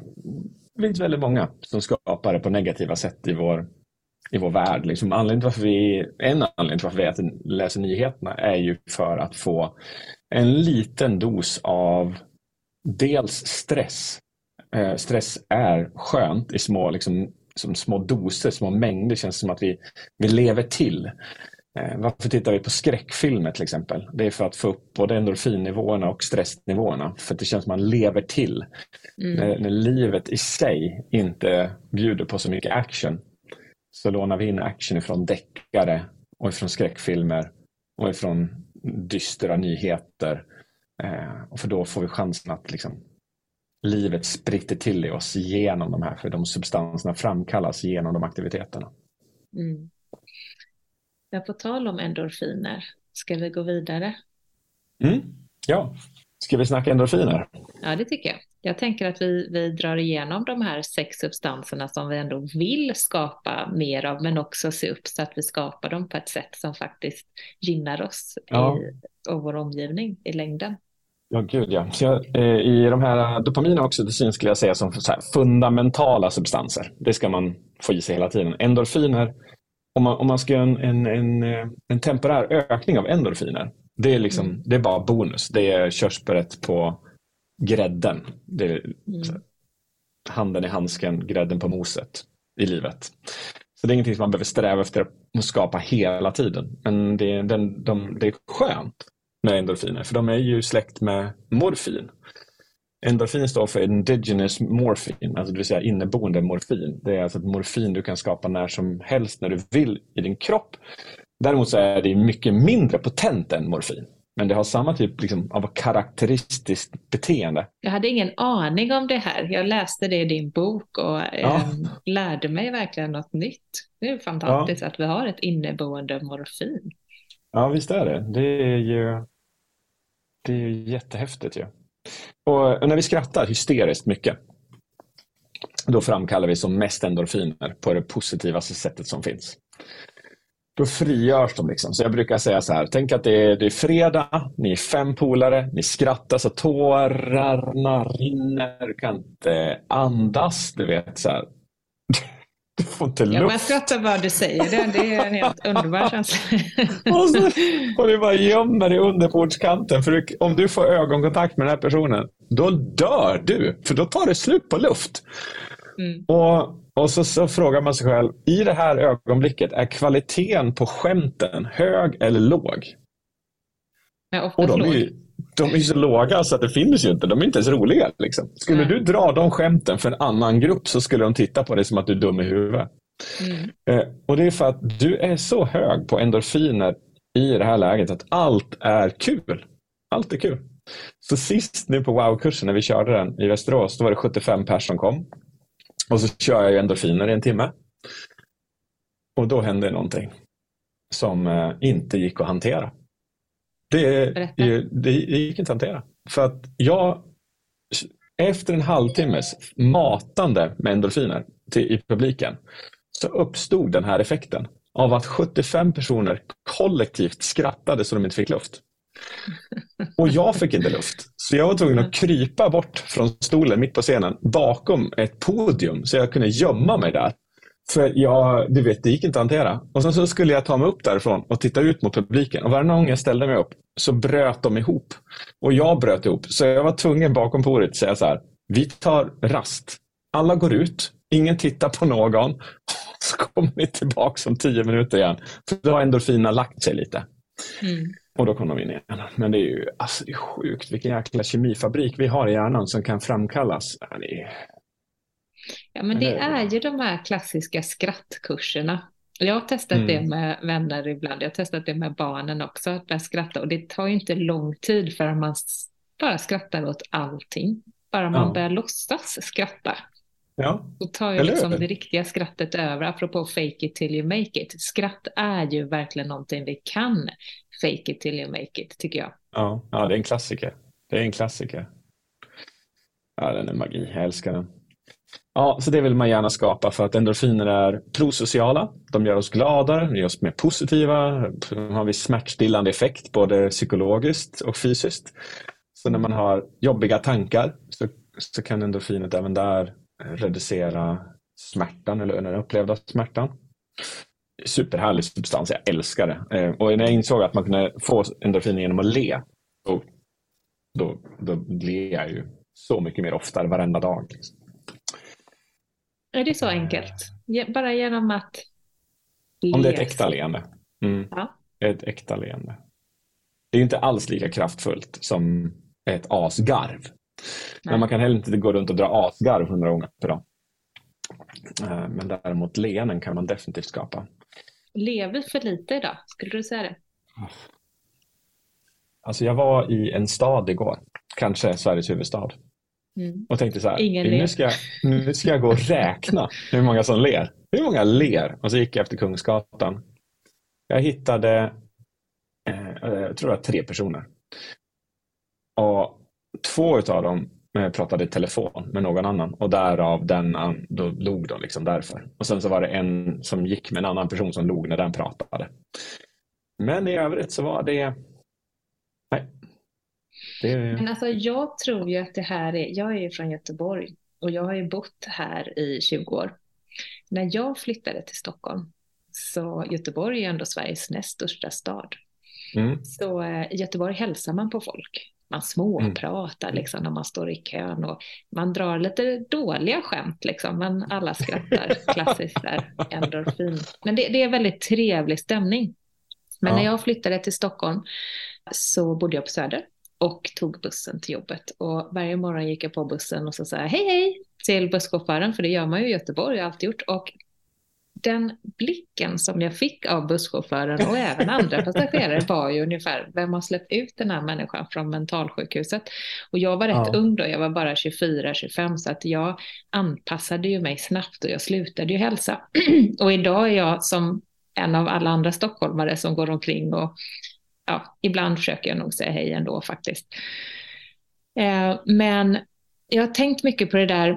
Det finns väldigt många som skapar det på negativa sätt i vår, i vår värld. Liksom anledningen till varför vi, en anledning till varför vi läser nyheterna är ju för att få en liten dos av dels stress. Stress är skönt i små, liksom, som små doser, små mängder. Det känns som att vi, vi lever till. Varför tittar vi på skräckfilmer till exempel? Det är för att få upp både endorfinnivåerna och stressnivåerna. För att det känns som att man lever till. Mm. När, när livet i sig inte bjuder på så mycket action, så lånar vi in action ifrån deckare och ifrån skräckfilmer och ifrån dystra nyheter. Eh, och för då får vi chansen att liksom, livet spritter till i oss genom de här. För de substanserna framkallas genom de aktiviteterna. Mm. Jag får tala om endorfiner. Ska vi gå vidare? Mm. Ja, ska vi snacka endorfiner? Ja, det tycker jag. Jag tänker att vi, vi drar igenom de här sex substanserna som vi ändå vill skapa mer av, men också se upp så att vi skapar dem på ett sätt som faktiskt gynnar oss ja. i, och vår omgivning i längden. Ja, gud ja. Så jag, eh, i de här dopamin och oxytocin skulle jag säga som så här, fundamentala substanser. Det ska man få i sig hela tiden. Endorfiner, om man, om man ska göra en, en, en, en temporär ökning av endorfiner, det är, liksom, mm. det är bara bonus. Det är körsbäret på grädden. Det är mm. så, handen i handsken, grädden på moset i livet. Så det är ingenting som man behöver sträva efter att skapa hela tiden. Men det är, den, de, det är skönt med endorfiner, för de är ju släkt med morfin. Endorfin står för indigenous morphine, alltså det vill säga inneboende morfin. Det är alltså ett morfin du kan skapa när som helst när du vill i din kropp. Däremot så är det mycket mindre potent än morfin. Men det har samma typ liksom, av karaktäristiskt beteende. Jag hade ingen aning om det här. Jag läste det i din bok och ja. eh, lärde mig verkligen något nytt. Det är fantastiskt ja. att vi har ett inneboende morfin. Ja, visst är det. Det är ju, det är ju jättehäftigt ju. Och, och när vi skrattar hysteriskt mycket, då framkallar vi som mest endorfiner på det positivaste sättet som finns. Då frigörs de liksom. Så jag brukar säga så här, tänk att det är, det är fredag, ni är fem polare, ni skrattar så tårarna rinner, du kan inte andas, du vet så här. Du får inte luft. Ja, men jag skrattar vad du säger, det, det är en helt underbar känsla. och, så, och du bara gömmer dig under bordskanten, för du, om du får ögonkontakt med den här personen, då dör du, för då tar det slut på luft. Mm. Och Och så, så frågar man sig själv, i det här ögonblicket, är kvaliteten på skämten hög eller låg? Ja, och de är, ju, de är ju så låga så att det finns ju inte. De är inte ens roliga. Liksom. Skulle Nej. du dra de skämten för en annan grupp, så skulle de titta på dig som att du är dum i huvudet. Mm. Eh, och det är för att du är så hög på endorfiner i det här läget att allt är kul. Allt är kul. Så sist nu på wow-kursen när vi körde den i Västerås, då var det sjuttiofem personer som kom. Och så kör jag ju endorfiner i en timme. Och då hände någonting som eh, inte gick att hantera. Det, det, det gick inte att hantera. För att jag, efter en halvtimmes matande med endorfiner till, i publiken, så uppstod den här effekten av att sjuttiofem personer kollektivt skrattade så de inte fick luft. Och jag fick inte luft. Så jag var tvungen att krypa bort från stolen mitt på scenen bakom ett podium så jag kunde gömma mig där. För jag, du vet, det gick inte att hantera. Och sen så skulle jag ta mig upp därifrån och titta ut mot publiken. Och varje gång jag ställde mig upp så bröt de ihop. Och jag bröt ihop. Så jag var tvungen bakom podiet att säga så här: vi tar rast. Alla går ut. Ingen tittar på någon. Så kommer ni tillbaka om tio minuter igen. För då har endorfinerna lagt sig lite. Mm. Och då kom de in igen. Men det är ju alltså, det är sjukt vilken jäkla kemifabrik vi har i hjärnan som kan framkallas. Det är... Ja, men det är ju de här klassiska skrattkurserna. Jag har testat mm. det med vänner ibland. Jag har testat det med barnen också. Där skrattar. Och det tar ju inte lång tid för man bara skrattar åt allting. Bara man ja. börjar låtsas skratta. Ja. Då tar ju liksom det riktiga skrattet över. Apropå fake it till you make it. Skratt är ju verkligen någonting vi kan fake it till you make it, tycker jag. Ja, ja, det är en klassiker. Det är en klassiker. Ja, den är magi. Jag älskar den. Ja, så det vill man gärna skapa, för att endorfiner är prosociala. De gör oss gladare, de gör oss mer positiva. De har en smärtstillande effekt både psykologiskt och fysiskt. Så när man har jobbiga tankar så, så kan endorfinet även där reducera smärtan eller den upplevda smärtan. Superhärlig substans, jag älskar det. Eh, och när jag insåg att man kunde få endorfin genom att le, då, då, då ler jag ju så mycket mer oftare varenda dag. Liksom. Är det så enkelt? Bara genom att le? Om det är ett äkta leende. Mm. Ja. Ett äkta leende. Det är ju inte alls lika kraftfullt som ett asgarv. Nej. Men man kan heller inte gå runt och dra asgarv hundra gånger per dag. Men däremot leenden kan man definitivt skapa. Lever vi för lite idag? Skulle du säga det? Alltså jag var i en stad igår. Kanske Sveriges huvudstad. Mm. Och tänkte så här. Nu ska, jag, nu ska jag gå och räkna hur många som ler. Hur många ler? Och så gick jag efter Kungsgatan. Jag hittade eh, jag tror det var tre personer. Och två av dem pratade i telefon med någon annan. Och därav den, då log de liksom därför. Och sen så var det en som gick med en annan person som log när den pratade. Men i övrigt så var det... Nej. Det... Men alltså jag tror ju att det här är... Jag är ju från Göteborg. Och jag har ju bott här i tjugo år. När jag flyttade till Stockholm. Så Göteborg är ändå Sveriges näst största stad. Mm. Så i Göteborg hälsar man på folk. Man småpratar mm. liksom när man står i kön och man drar lite dåliga skämt liksom, men alla skrattar klassiskt där, endorfin. Men det, det är väldigt trevlig stämning. Men ja. När jag flyttade till Stockholm så bodde jag på Söder och tog bussen till jobbet. Och varje morgon gick jag på bussen och så sa hej hej till busschauffören, för det gör man ju i Göteborg, jag har alltid gjort. Och den blicken som jag fick av busschauffören och även andra passagerare var ju ungefär, vem har släppt ut den här människan från mentalsjukhuset? Och jag var rätt ja. ung då, jag var bara tjugofyra tjugofem, så att jag anpassade ju mig snabbt och jag slutade ju hälsa. Och idag är jag som en av alla andra stockholmare som går omkring och ja, ibland försöker jag nog säga hej ändå faktiskt. Eh, men jag har tänkt mycket på det där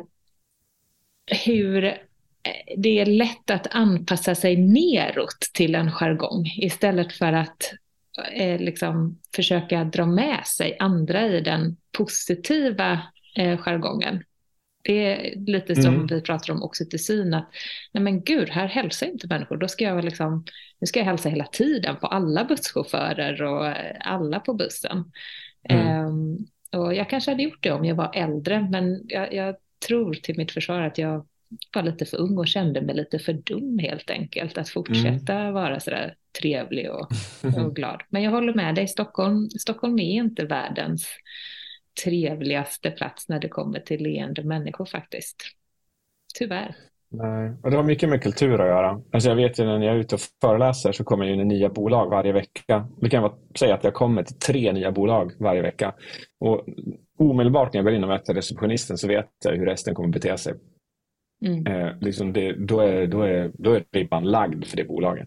hur det är lätt att anpassa sig neråt till en jargong istället för att eh, liksom försöka dra med sig andra i den positiva eh, jargongen. Det är lite som mm. vi pratar om oxytocin, att nej men gud, här hälsar inte människor, då ska jag liksom, nu ska jag hälsa hela tiden på alla busschaufförer och alla på bussen. Mm. Um, och jag kanske hade gjort det om jag var äldre, men jag, jag tror till mitt försvar att jag var lite för ung och kände mig lite för dum helt enkelt att fortsätta mm. vara sådär trevlig och, och glad. Men jag håller med dig, Stockholm, Stockholm är inte världens trevligaste plats när det kommer till leende människor faktiskt. Tyvärr. Nej, och det har mycket med kultur att göra. Alltså jag vet ju när jag är ute och föreläser så kommer jag in i nya bolag varje vecka. Det kan jag säga att jag kommer till tre nya bolag varje vecka. Och omedelbart när jag går in och möter receptionisten så vet jag hur resten kommer bete sig. Mm. Eh, liksom det, då, är, då, är, då är ribban lagd för det bolaget.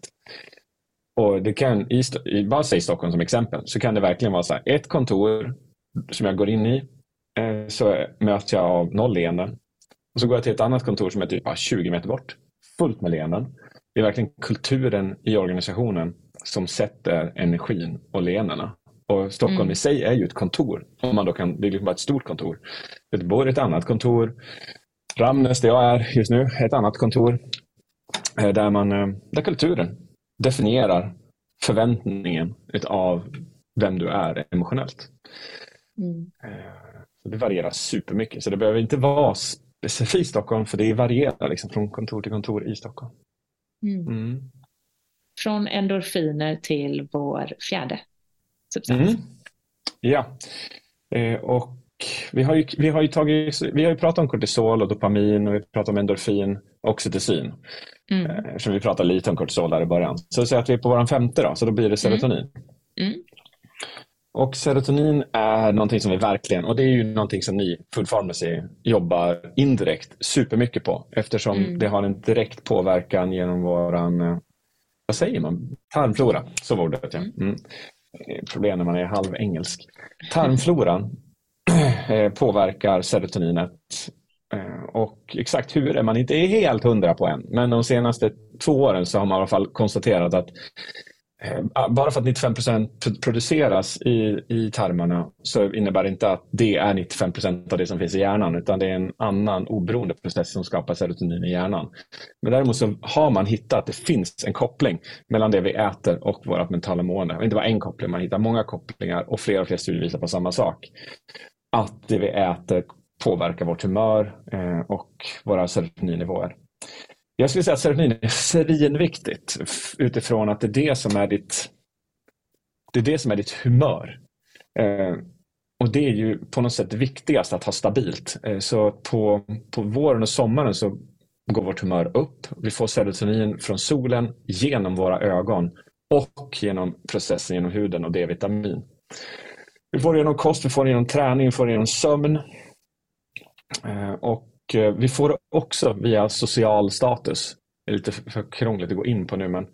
Och det kan, i, i, bara säg Stockholm som exempel, så kan det verkligen vara så här, ett kontor som jag går in i eh, så möts jag av noll leenden. Och så går jag till ett annat kontor som är typ tjugo meter bort, fullt med leenden. Det är verkligen kulturen i organisationen som sätter energin och leendena. Och Stockholm mm. i sig är ju ett kontor. Om man då kan, det är liksom bara ett stort kontor. Göteborg är ett annat kontor. Ramnäs, där jag är just nu, är ett annat kontor. Där, man, där kulturen definierar förväntningen av vem du är emotionellt. Mm. Så det varierar supermycket. Så det behöver inte vara specifikt Stockholm, för det varierar liksom från kontor till kontor i Stockholm. Mm. Mm. Från endorfiner till vår fjärde substans. Mm. Ja, eh, och vi har, ju, vi, har ju tagit, vi har ju pratat om kortisol och dopamin, och vi pratat om endorfin och oxytocin. Mm. Eh, eftersom vi pratade lite om kortisol där i början. Så vi säger att vi är på våran femte då, så då blir det serotonin. Mm. Mm. Och serotonin är någonting som vi verkligen, och det är ju någonting som ni Food Pharmacy jobbar indirekt supermycket på, eftersom mm. det har en direkt påverkan genom våran, vad säger man, tarmflora, så var det. Mm. Mm. Problem när man är halv engelsk. Tarmfloran påverkar serotoninet, och exakt hur är man inte är helt hundra på än, men de senaste två åren så har man i alla fall konstaterat att Bara för att nittiofem procent produceras i, i tarmarna så innebär det inte att det är nittiofem procent av det som finns i hjärnan, utan det är en annan oberoende process som skapar serotonin i hjärnan. Men däremot så har man hittat att det finns en koppling mellan det vi äter och vårt mentala mående. Och inte bara en koppling, man hittar många kopplingar och fler och fler studier visar på samma sak. Att det vi äter påverkar vårt humör eh, och våra serotoninnivåer. Jag skulle säga att serotonin är svinviktigt utifrån att det är det som är ditt, det är det som är ditt humör. Eh, och det är ju på något sätt viktigast att ha stabilt. Eh, så på, på våren och sommaren så går vårt humör upp. Vi får serotonin från solen genom våra ögon och genom processen genom huden och D-vitamin. Vi får det genom kost, vi får det genom träning, vi får det genom sömn. Eh, och vi får det också via social status. Det är lite för krångligt att gå in på nu, men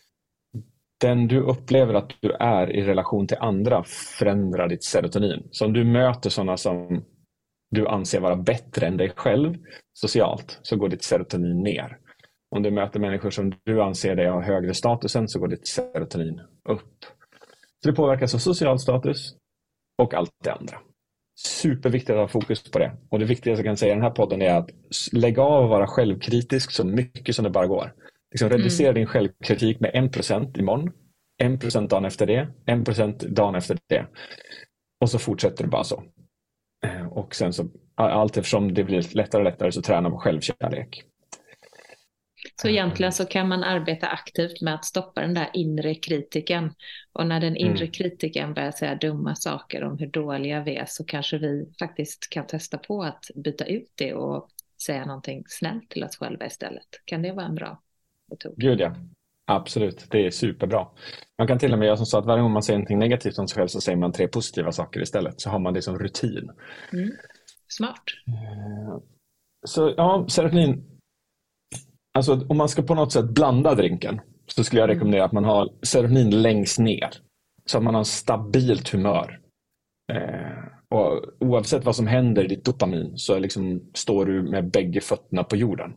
den du upplever att du är i relation till andra förändrar ditt serotonin. Så om du möter sådana som du anser vara bättre än dig själv socialt, så går ditt serotonin ner. Om du möter människor som du anser dig ha högre statusen, så går ditt serotonin upp. Så det påverkas av social status och allt det andra. Superviktigt att ha fokus på det. Och det viktigaste jag kan säga i den här podden är att lägga av att vara självkritisk så mycket som det bara går. Liksom reducera mm. din självkritik med en procent imorgon, en procent dagen efter det, en procent dagen efter det. Och så fortsätter det bara så. Och sen så, allt eftersom det blir lättare och lättare, så tränar man självkärlek. Så egentligen så kan man arbeta aktivt med att stoppa den där inre kritiken. Och när den inre mm. kritiken börjar säga dumma saker om hur dåliga vi är, så kanske vi faktiskt kan testa på att byta ut det och säga någonting snällt till oss själva istället. Kan det vara en bra metod? Gud ja, absolut. Det är superbra. Man kan till och med göra som så att varje gång man säger någonting negativt om sig själv, så säger man tre positiva saker istället. Så har man det som rutin. Mm. Smart. Så ja, serotonin. Alltså om man ska på något sätt blanda drinken, så skulle jag rekommendera att man har serotonin längst ner. Så att man har stabilt humör. Eh, och oavsett vad som händer i ditt dopamin, så liksom står du med bägge fötterna på jorden.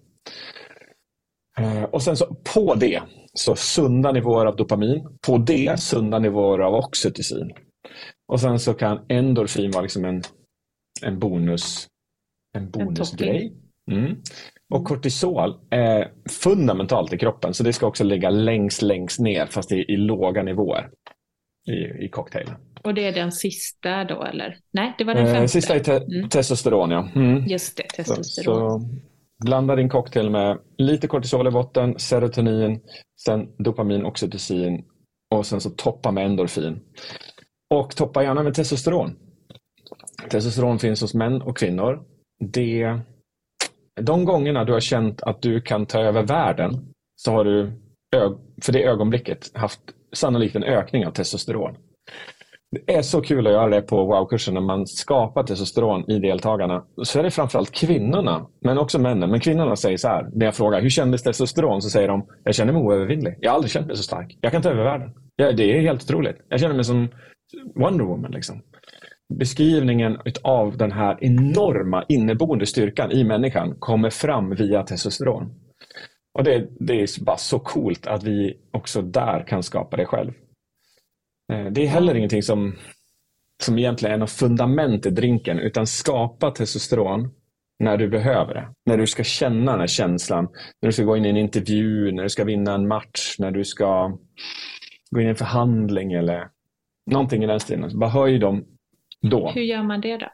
Eh, och sen så på det, så sunda nivåer av dopamin. På det sunda nivåer av oxytocin. Och sen så kan endorfin vara liksom en, en bonus, en bonusgrej. Mm. Och kortisol är fundamentalt i kroppen, så det ska också ligga längst, längst ner, fast i, i låga nivåer i, i cocktailen. Och det är den sista då, eller? Nej, det var den femte. Eh, sista är te- mm. testosteron, ja. Mm. Just det, testosteron. Så, så blanda din cocktail med lite kortisol i botten, serotonin, sen dopamin, oxytocin och sen så toppa med endorfin. Och toppa gärna med testosteron. Testosteron finns hos män och kvinnor. Det... De gångerna du har känt att du kan ta över världen, så har du för det ögonblicket haft sannolikt en ökning av testosteron. Det är så kul att göra det på wow-kursen när man skapar testosteron i deltagarna. Så är det framförallt kvinnorna, men också männen. Men kvinnorna säger så här, när jag frågar hur kändes testosteron, så säger de, jag känner mig oövervinnlig. Jag har aldrig känt mig så stark. Jag kan ta över världen. Ja, det är helt otroligt. Jag känner mig som Wonder Woman liksom. Beskrivningen av den här enorma inneboende styrkan i människan kommer fram via testosteron. Och det, det är bara så coolt att vi också där kan skapa det själv. Det är heller ingenting som, som egentligen är något fundament i drinken, utan skapa testosteron när du behöver det. När du ska känna den här känslan, när du ska gå in i en intervju, när du ska vinna en match, när du ska gå in i en förhandling eller någonting i den stilen. Bara höj dem då. Hur gör man det då?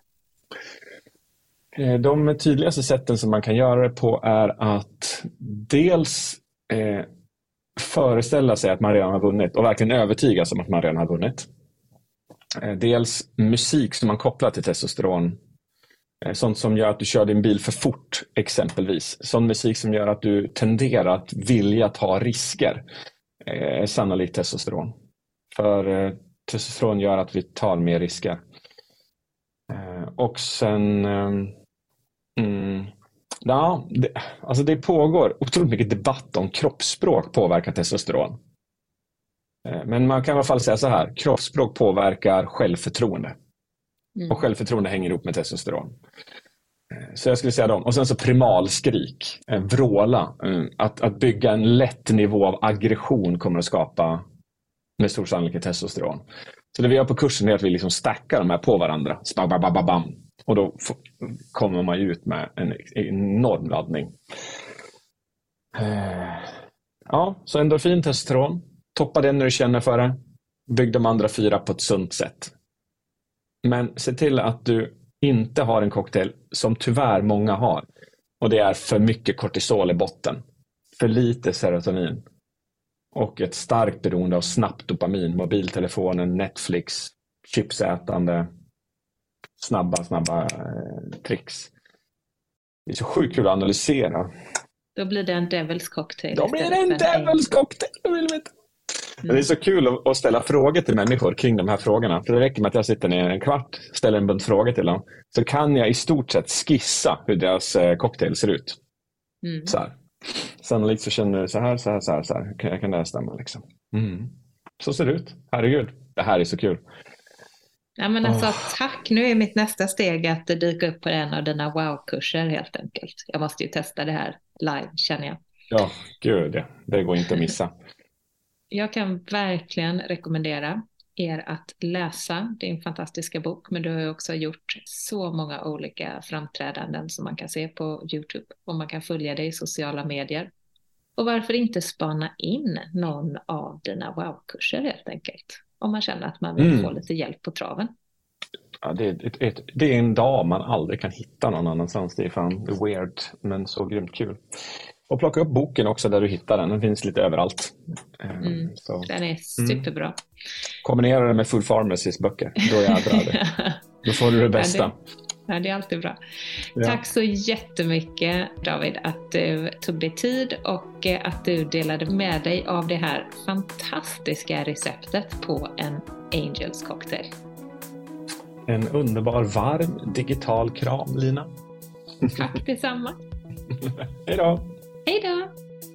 De tydligaste sätten som man kan göra det på är att dels eh, föreställa sig att man redan har vunnit och verkligen övertygas om att man redan har vunnit. Eh, dels musik som man kopplar till testosteron. Eh, sånt som gör att du kör din bil för fort exempelvis. Sån musik som gör att du tenderar att vilja ta risker. Eh, sannolikt testosteron. För eh, testosteron gör att vi tar mer risker. Och sen mm, ja, det, alltså det pågår otroligt mycket debatt om kroppsspråk påverkar testosteron. Men man kan i alla fall säga så här, kroppsspråk påverkar självförtroende. Mm. Och självförtroende hänger ihop med testosteron. Så jag skulle säga dem. Och sen så primalskrik, vråla. Att, att bygga en lätt nivå av aggression kommer att skapa med stor sannolikhet testosteron. Så det vi gör på kursen är att vi liksom stackar de här på varandra. Bam, och då f- kommer man ut med en enorm laddning. Eh, ja, så endorfin, testosteron. Toppa den när du känner för det. Bygg de andra fyra på ett sunt sätt. Men se till att du inte har en cocktail som tyvärr många har. Och det är för mycket kortisol i botten. För lite serotonin. Och ett starkt beroende av snabbt dopamin. Mobiltelefonen, Netflix, chipsätande. Snabba, snabba eh, tricks. Det är så sjukt kul att analysera. Då blir det en Devil's cocktail. Då blir det en Devil's cocktail. Mm. Men det är så kul att, att ställa frågor till människor kring de här frågorna. För det räcker med att jag sitter ner en kvart, ställer en bunt frågor till dem. Så kan jag i stort sett skissa hur deras eh, cocktail ser ut. Mm. Så här. Sannolikt så känner du så här, så här, så här. Så här. Jag kan det här stämma liksom. Mm. Så ser det ut. Herregud. Det här är så kul. Ja, men alltså, oh. Tack. Nu är mitt nästa steg att dyka upp på en av dina wow-kurser helt enkelt. Jag måste ju testa det här live, känner jag. Ja, gud det. Det går inte att missa. Jag kan verkligen rekommendera er att läsa din fantastiska bok, men du har ju också gjort så många olika framträdanden som man kan se på YouTube och man kan följa dig i sociala medier. Och varför inte spana in någon av dina wow-kurser helt enkelt, om man känner att man vill mm. få lite hjälp på traven. Ja, det, är ett, ett, det är en dag man aldrig kan hitta någon annanstans. Det är fan weird, men så grymt kul. Och plocka upp boken också där du hittar den. Den finns lite överallt. Mm, så. Den är superbra. Mm. Kombinera det med Food Pharmacys böcker. Då jädrar det. Då får du det bästa. Ja, det, ja, det är alltid bra. Ja. Tack så jättemycket, David, att du tog dig tid och att du delade med dig av det här fantastiska receptet på en Angels cocktail. En underbar, varm, digital kram, Lina. Tack detsamma. Hej då. Hej då!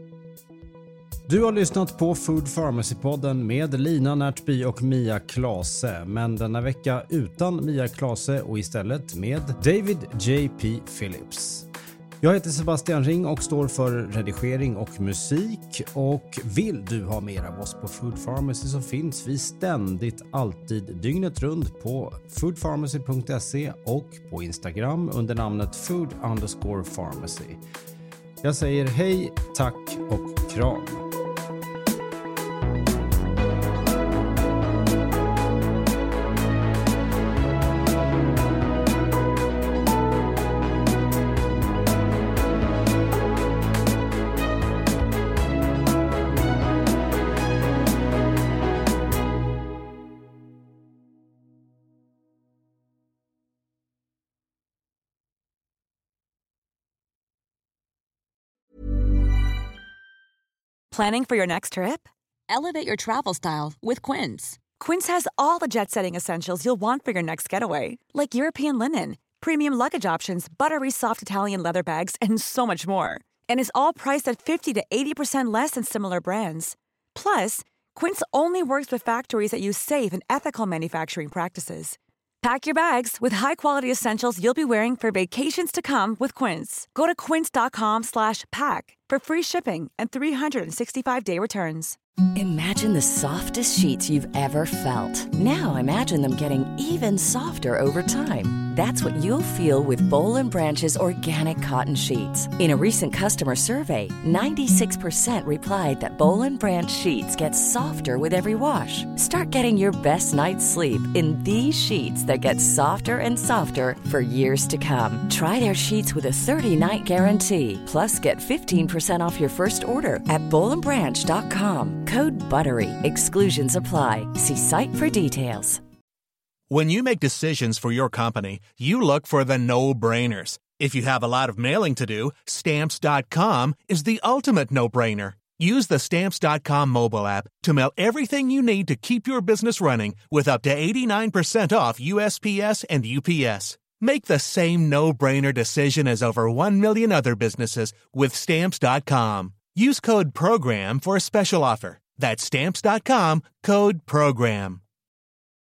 Du har lyssnat på Food Pharmacy-podden med Lina Närtby och Mia Klase, men denna vecka utan Mia Klase och istället med David J P Phillips. Jag heter Sebastian Ring och står för redigering och musik, och vill du ha mer av oss på Food Pharmacy så finns vi ständigt, alltid, dygnet runt på food pharmacy punkt se och på Instagram under namnet food underscore pharmacy. Jag säger hej, tack och kram. Planning for your next trip? Elevate your travel style with Quince. Quince has all the jet-setting essentials you'll want for your next getaway, like European linen, premium luggage options, buttery soft Italian leather bags, and so much more. And is all priced at fifty to eighty percent less than similar brands. Plus, Quince only works with factories that use safe and ethical manufacturing practices. Pack your bags with high-quality essentials you'll be wearing for vacations to come with Quince. Go to quince.com slash pack for free shipping and three sixty-five day returns. Imagine the softest sheets you've ever felt. Now imagine them getting even softer over time. That's what you'll feel with Boll and Branch's organic cotton sheets. In a recent customer survey, ninety-six percent replied that Boll and Branch sheets get softer with every wash. Start getting your best night's sleep in these sheets that get softer and softer for years to come. Try their sheets with a thirty-night guarantee. Plus, get fifteen percent off your first order at boll and branch dot com. Code BUTTERY. Exclusions apply. See site for details. When you make decisions for your company, you look for the no-brainers. If you have a lot of mailing to do, stamps dot com is the ultimate no-brainer. Use the stamps dot com mobile app to mail everything you need to keep your business running with up to eighty-nine percent off U S P S and U P S. Make the same no-brainer decision as over one million other businesses with stamps dot com. Use code PROGRAM for a special offer. That's stamps dot com, code PROGRAM.